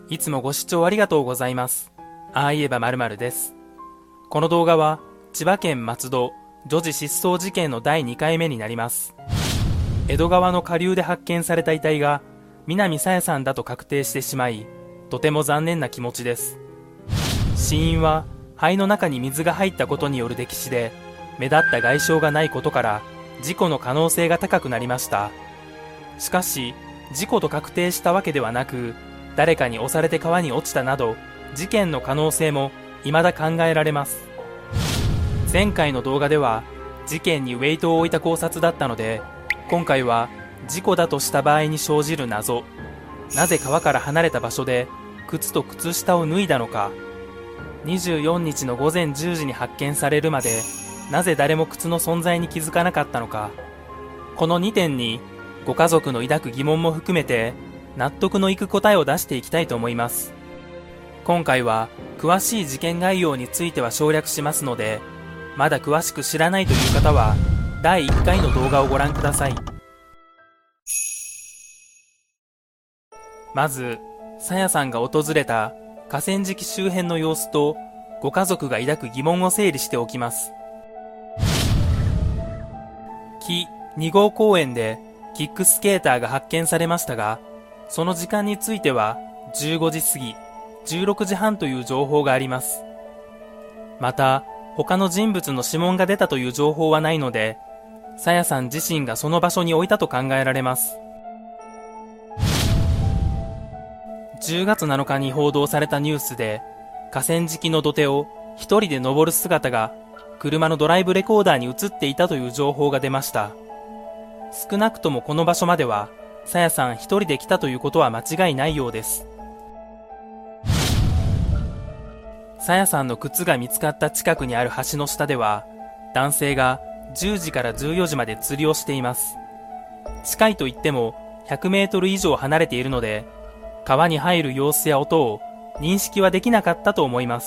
いつもご視聴ありがとうございます。ああ言えば〇〇です。この動画は千葉県松戸女児失踪事件の第2回目になります。江戸川の下流で発見された遺体が南朝芽さんだと確定してしまい、とても残念な気持ちです。死因は肺の中に水が入ったことによる溺死で、目立った外傷がないことから事故の可能性が高くなりました。しかし事故と確定したわけではなく、誰かに押されて川に落ちたなど事件の可能性も未だ考えられます。前回の動画では事件にウェイトを置いた考察だったので、今回は事故だとした場合に生じる謎、なぜ川から離れた場所で靴と靴下を脱いだのか、24日の午前10時に発見されるまでなぜ誰も靴の存在に気づかなかったのか、この2点にご家族の抱く疑問も含めて納得のいく答えを出していきたいと思います。今回は詳しい事件概要については省略しますので、まだ詳しく知らないという方は第1回の動画をご覧ください。まず朝芽さんが訪れた河川敷周辺の様子とご家族が抱く疑問を整理しておきます。木2号公園でキックスケーターが発見されましたが、その時間については15時過ぎ、16時半という情報があります。また他の人物の指紋が出たという情報はないので、朝芽さん自身がその場所に置いたと考えられます。10月7日に報道されたニュースで、河川敷の土手を一人で登る姿が車のドライブレコーダーに映っていたという情報が出ました。少なくともこの場所までは朝芽さん一人で来たということは間違いないようです。朝芽さんの靴が見つかった近くにある橋の下では、男性が10時から14時まで釣りをしています。近いといっても100メートル以上離れているので、川に入る様子や音を認識はできなかったと思います。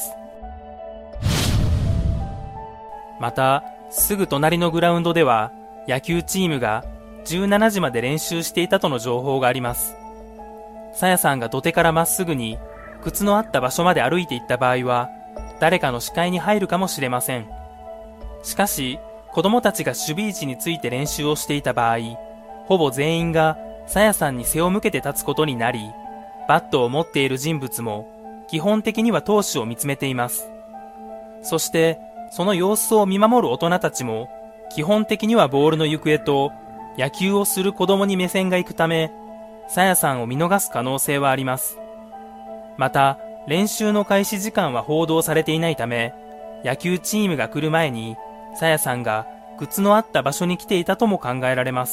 またすぐ隣のグラウンドでは野球チームが17時まで練習していたとの情報があります。朝芽さんが土手からまっすぐに靴のあった場所まで歩いていった場合は、誰かの視界に入るかもしれません。しかし子供たちが守備位置について練習をしていた場合、ほぼ全員が朝芽さんに背を向けて立つことになり、バットを持っている人物も基本的には投手を見つめています。そしてその様子を見守る大人たちも基本的にはボールの行方と野球をする子供に目線が行くため、朝芽さんを見逃す可能性はあります。また練習の開始時間は報道されていないため、野球チームが来る前に朝芽さんが靴のあった場所に来ていたとも考えられます。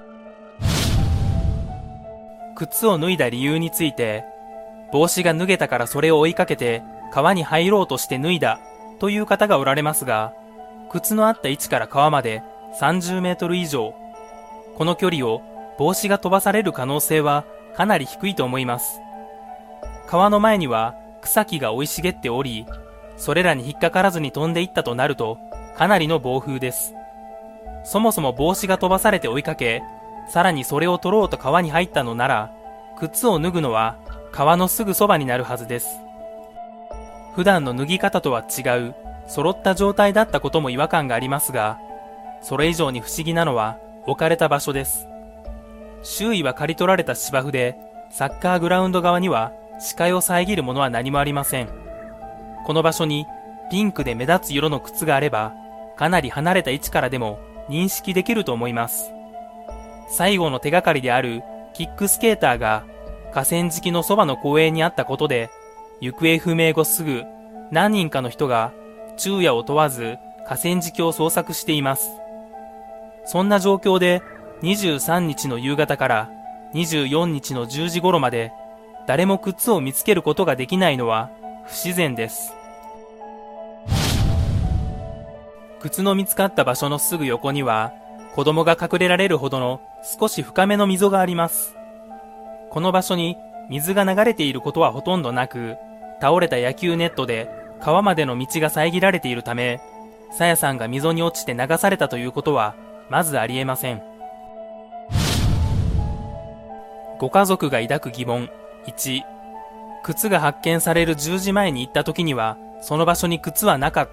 靴を脱いだ理由について、帽子が脱げたからそれを追いかけて川に入ろうとして脱いだという方がおられますが、靴のあった位置から川まで30メートル以上、この距離を帽子が飛ばされる可能性はかなり低いと思います。川の前には草木が生い茂っており、それらに引っかからずに飛んでいったとなるとかなりの暴風です。そもそも帽子が飛ばされて追いかけ、さらにそれを取ろうと川に入ったのなら、靴を脱ぐのは川のすぐそばになるはずです。普段の脱ぎ方とは違う揃った状態だったことも違和感がありますが、それ以上に不思議なのは置かれた場所です。周囲は刈り取られた芝生で、サッカーグラウンド側には視界を遮るものは何もありません。この場所にピンクで目立つ色の靴があれば、かなり離れた位置からでも認識できると思います。最後の手がかりであるキックスケーターが河川敷のそばの公園にあったことで、行方不明後すぐ何人かの人が昼夜を問わず河川敷を捜索しています。そんな状況で23日の夕方から24日の10時頃まで誰も靴を見つけることができないのは不自然です。靴の見つかった場所のすぐ横には子供が隠れられるほどの少し深めの溝があります。この場所に水が流れていることはほとんどなく、倒れた野球ネットで川までの道が遮られているため、朝芽さんが溝に落ちて流されたということはまずありえません。ご家族が抱く疑問1、 靴が発見される10時前に行った時には、その場所に靴はなかった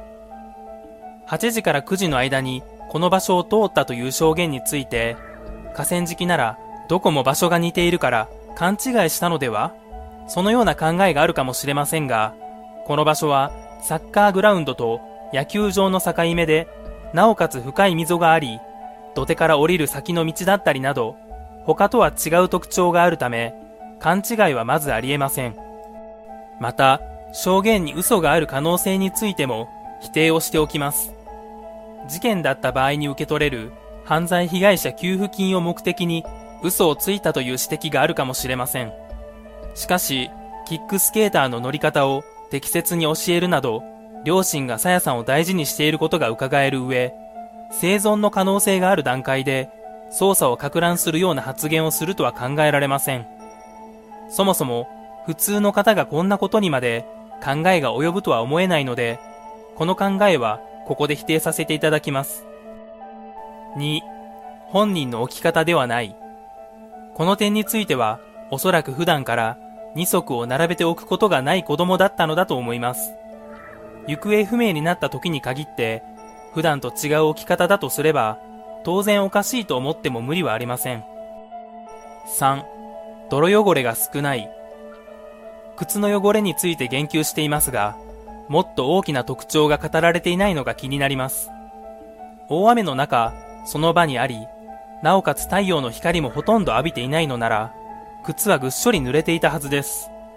。8時から9時の間にこの場所を通ったという証言について、河川敷ならどこも場所が似ているから勘違いしたのでは？そのような考えがあるかもしれませんが、この場所はサッカーグラウンドと野球場の境目で、なおかつ深い溝があり、土手から降りる先の道だったりなど、他とは違う特徴があるため、勘違いはまずありえません。また、証言に嘘がある可能性についても否定をしておきます。事件だった場合に受け取れる犯罪被害者給付金を目的に嘘をついたという指摘があるかもしれません。しかし、キックスケーターの乗り方を適切に教えるなど、両親がさやさんを大事にしていることが伺える上、生存の可能性がある段階で捜査を攪乱するような発言をするとは考えられません。そもそも普通の方がこんなことにまで考えが及ぶとは思えないので、この考えはここで否定させていただきます。2、本人の置き方ではない。この点については、おそらく普段から二足を並べておくことがない子供だったのだと思います。行方不明になった時に限って、普段と違う置き方だとすれば、当然おかしいと思っても無理はありません。3、泥汚れが少ない。靴の汚れについて言及していますが、もっと大きな特徴が語られていないのが気になります。大雨の中、その場にあり、なおかつ太陽の光もほとんど浴びていないのなら、靴はぐっしょり濡れていたはずです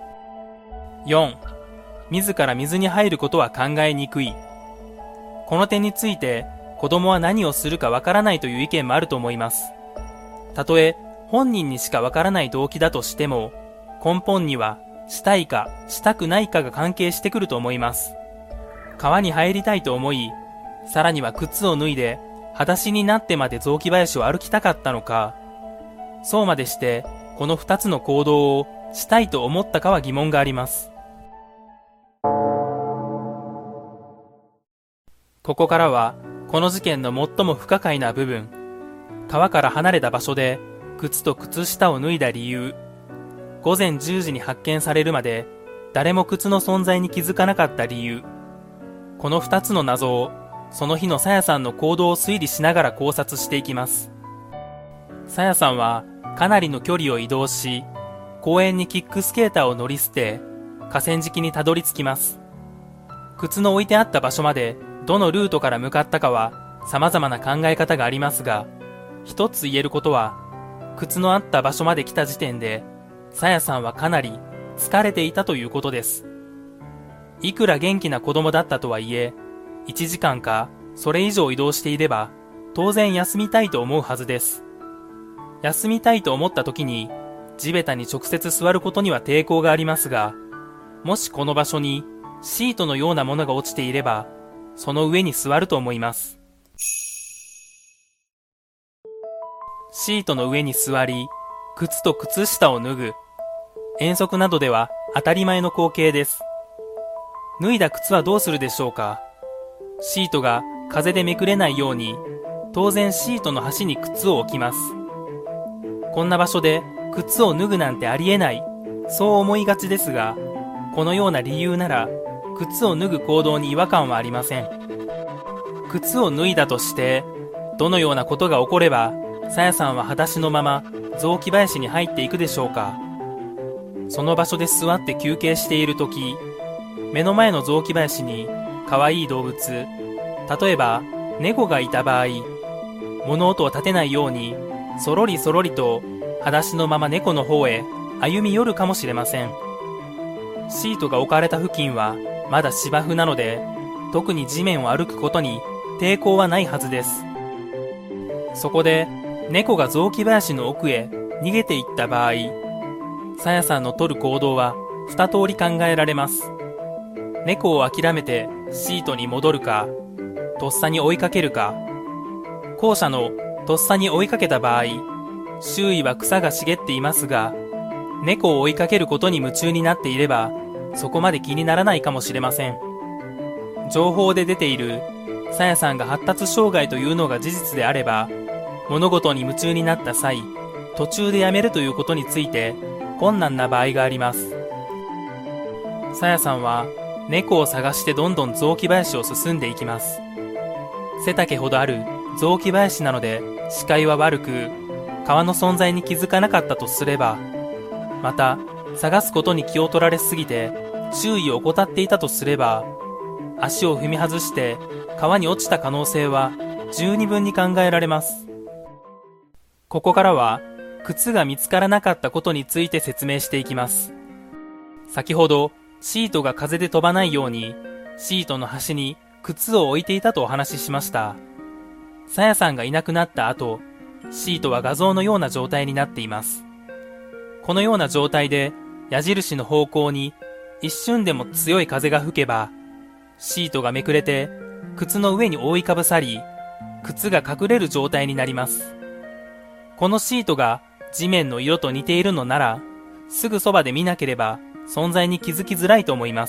。4、自ら水に入ることは考えにくい。この点について、子供は何をするかわからないという意見もあると思います。たとえ本人にしかわからない動機だとしても、根本にはしたいかしたくないかが関係してくると思います。川に入りたいと思い、さらには靴を脱いで裸足になってまで雑木林を歩きたかったのか、そうまでしてこの2つの行動をしたいと思ったかは疑問があります。ここからはこの事件の最も不可解な部分、川から離れた場所で靴と靴下を脱いだ理由、午前10時に発見されるまで誰も靴の存在に気づかなかった理由、この2つの謎をその日のさやさんの行動を推理しながら考察していきます。さやさんはかなりの距離を移動し、公園にキックスケーターを乗り捨て、河川敷にたどり着きます。靴の置いてあった場所までどのルートから向かったかは様々な考え方がありますが、一つ言えることは、靴のあった場所まで来た時点で、さやさんはかなり疲れていたということです。いくら元気な子供だったとはいえ、1時間かそれ以上移動していれば、当然休みたいと思うはずです。休みたいと思った時に、地べたに直接座ることには抵抗がありますが、もしこの場所にシートのようなものが落ちていれば、その上に座ると思います。シートの上に座り、靴と靴下を脱ぐ。遠足などでは当たり前の光景です。脱いだ靴はどうするでしょうか。シートが風でめくれないように、当然シートの端に靴を置きます。こんな場所で靴を脱ぐなんてありえない、そう思いがちですが、このような理由なら、靴を脱ぐ行動に違和感はありません。靴を脱いだとして、どのようなことが起これば、さやさんは裸足のまま雑木林に入っていくでしょうか。その場所で座って休憩しているとき、目の前の雑木林に可愛い動物、例えば猫がいた場合、物音を立てないようにそろりそろりと裸足のまま猫の方へ歩み寄るかもしれません。シートが置かれた付近はまだ芝生なので、特に地面を歩くことに抵抗はないはずです。そこで猫が雑木林の奥へ逃げていった場合、さやさんの取る行動は二通り考えられます。猫を諦めてシートに戻るか、とっさに追いかけるか。後者のとっさに追いかけた場合、周囲は草が茂っていますが、猫を追いかけることに夢中になっていれば、そこまで気にならないかもしれません。情報で出ているさやさんが発達障害というのが事実であれば、物事に夢中になった際、途中でやめるということについて困難な場合があります。 さやさんは猫を探してどんどん雑木林を進んでいきます。背丈ほどある雑木林なので視界は悪く、川の存在に気づかなかったとすれば、また探すことに気を取られすぎて注意を怠っていたとすれば、足を踏み外して川に落ちた可能性は十二分に考えられます。ここからは靴が見つからなかったことについて説明していきます。先ほどシートが風で飛ばないようにシートの端に靴を置いていたとお話ししました。さやさんがいなくなった後、シートは画像のような状態になっています。このような状態で矢印の方向に一瞬でも強い風が吹けば、シートがめくれて靴の上に覆いかぶさり、靴が隠れる状態になります。このシートが地面の色と似ているのなら、すぐそばで見なければ存在に気づきづらいと思います。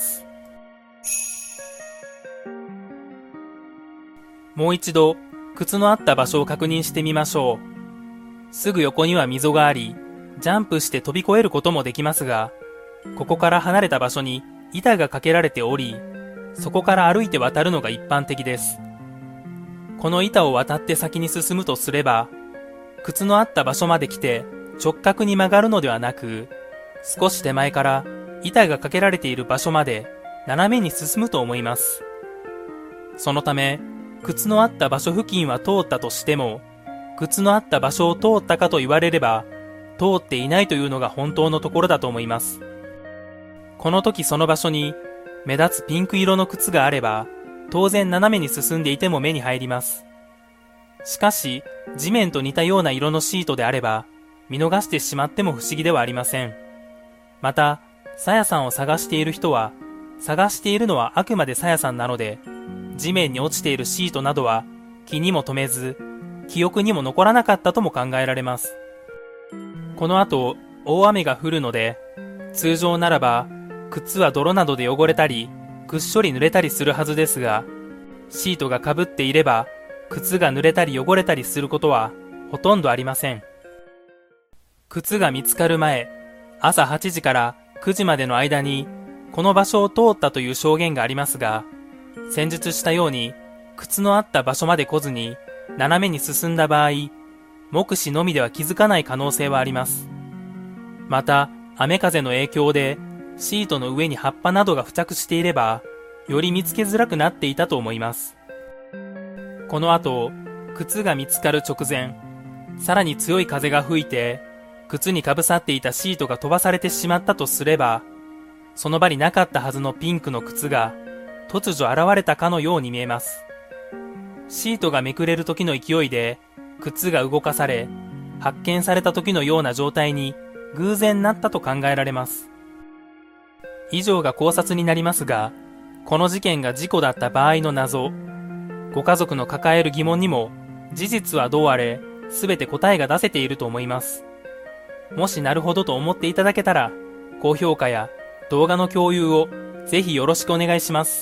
もう一度靴のあった場所を確認してみましょう。すぐ横には溝があり、ジャンプして飛び越えることもできますが、ここから離れた場所に板がかけられており、そこから歩いて渡るのが一般的です。この板を渡って先に進むとすれば、靴のあった場所まで来て直角に曲がるのではなく、少し手前から板がかけられている場所まで斜めに進むと思います。そのため、靴のあった場所付近は通ったとしても、靴のあった場所を通ったかと言われれば、通っていないというのが本当のところだと思います。この時その場所に目立つピンク色の靴があれば、当然斜めに進んでいても目に入ります。しかし、地面と似たような色のシートであれば、見逃してしまっても不思議ではありません。また、さやさんを探している人は、探しているのはあくまでさやさんなので、地面に落ちているシートなどは気にも留めず、記憶にも残らなかったとも考えられます。この後、大雨が降るので、通常ならば、靴は泥などで汚れたり、ぐっしょり濡れたりするはずですが、シートがかぶっていれば、靴が濡れたり汚れたりすることはほとんどありません。靴が見つかる前、朝8時から9時までの間に、この場所を通ったという証言がありますが、先述したように、靴のあった場所まで来ずに、斜めに進んだ場合、目視のみでは気づかない可能性はあります。また、雨風の影響で、シートの上に葉っぱなどが付着していれば、より見つけづらくなっていたと思います。この後、靴が見つかる直前、さらに強い風が吹いて、靴にかぶさっていたシートが飛ばされてしまったとすれば、その場になかったはずのピンクの靴が、突如現れたかのように見えます。シートがめくれる時の勢いで、靴が動かされ、発見された時のような状態に偶然なったと考えられます。以上が考察になりますが、この事件が事故だった場合の謎、ご家族の抱える疑問にも、事実はどうあれ、すべて答えが出せていると思います。もしなるほどと思っていただけたら、高評価や動画の共有をぜひよろしくお願いします。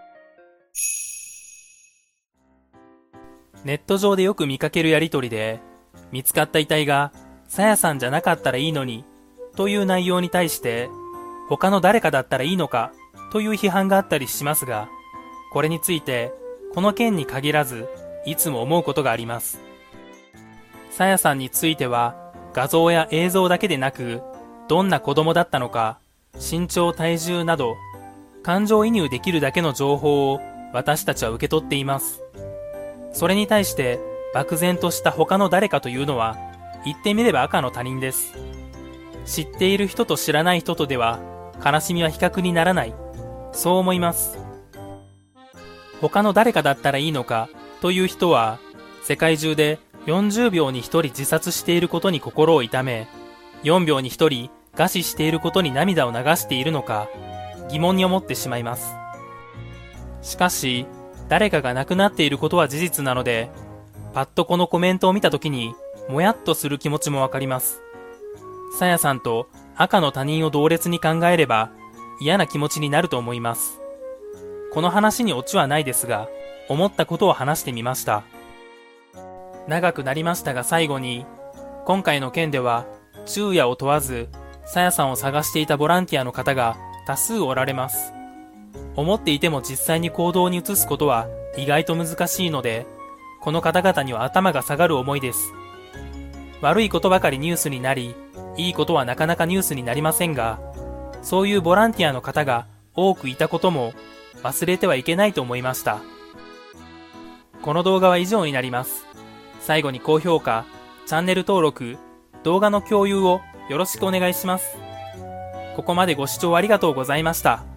ネット上でよく見かけるやりとりで、見つかった遺体がさやさんじゃなかったらいいのにという内容に対して、他の誰かだったらいいのかという批判があったりしますが、これについてこの件に限らずいつも思うことがあります。さやさんについては画像や映像だけでなく、どんな子供だったのか、身長体重など感情移入できるだけの情報を私たちは受け取っています。それに対して漠然とした他の誰かというのは、言ってみれば赤の他人です。知っている人と知らない人とでは悲しみは比較にならない、そう思います。他の誰かだったらいいのかという人は、世界中で40秒に1人自殺していることに心を痛め、4秒に1人餓死していることに涙を流しているのか疑問に思ってしまいます。しかし誰かが亡くなっていることは事実なので、パッとこのコメントを見たときにもやっとする気持ちもわかります。さやさんと赤の他人を同列に考えれば嫌な気持ちになると思います。この話にオチはないですが、思ったことを話してみました。長くなりましたが、最後に、今回の件では昼夜を問わずさやさんを探していたボランティアの方が多数おられます。思っていても実際に行動に移すことは意外と難しいので、この方々には頭が下がる思いです。悪いことばかりニュースになり、いいことはなかなかニュースになりませんが、そういうボランティアの方が多くいたことも忘れてはいけないと思いました。この動画は以上になります。最後に高評価、チャンネル登録、動画の共有をよろしくお願いします。ここまでご視聴ありがとうございました。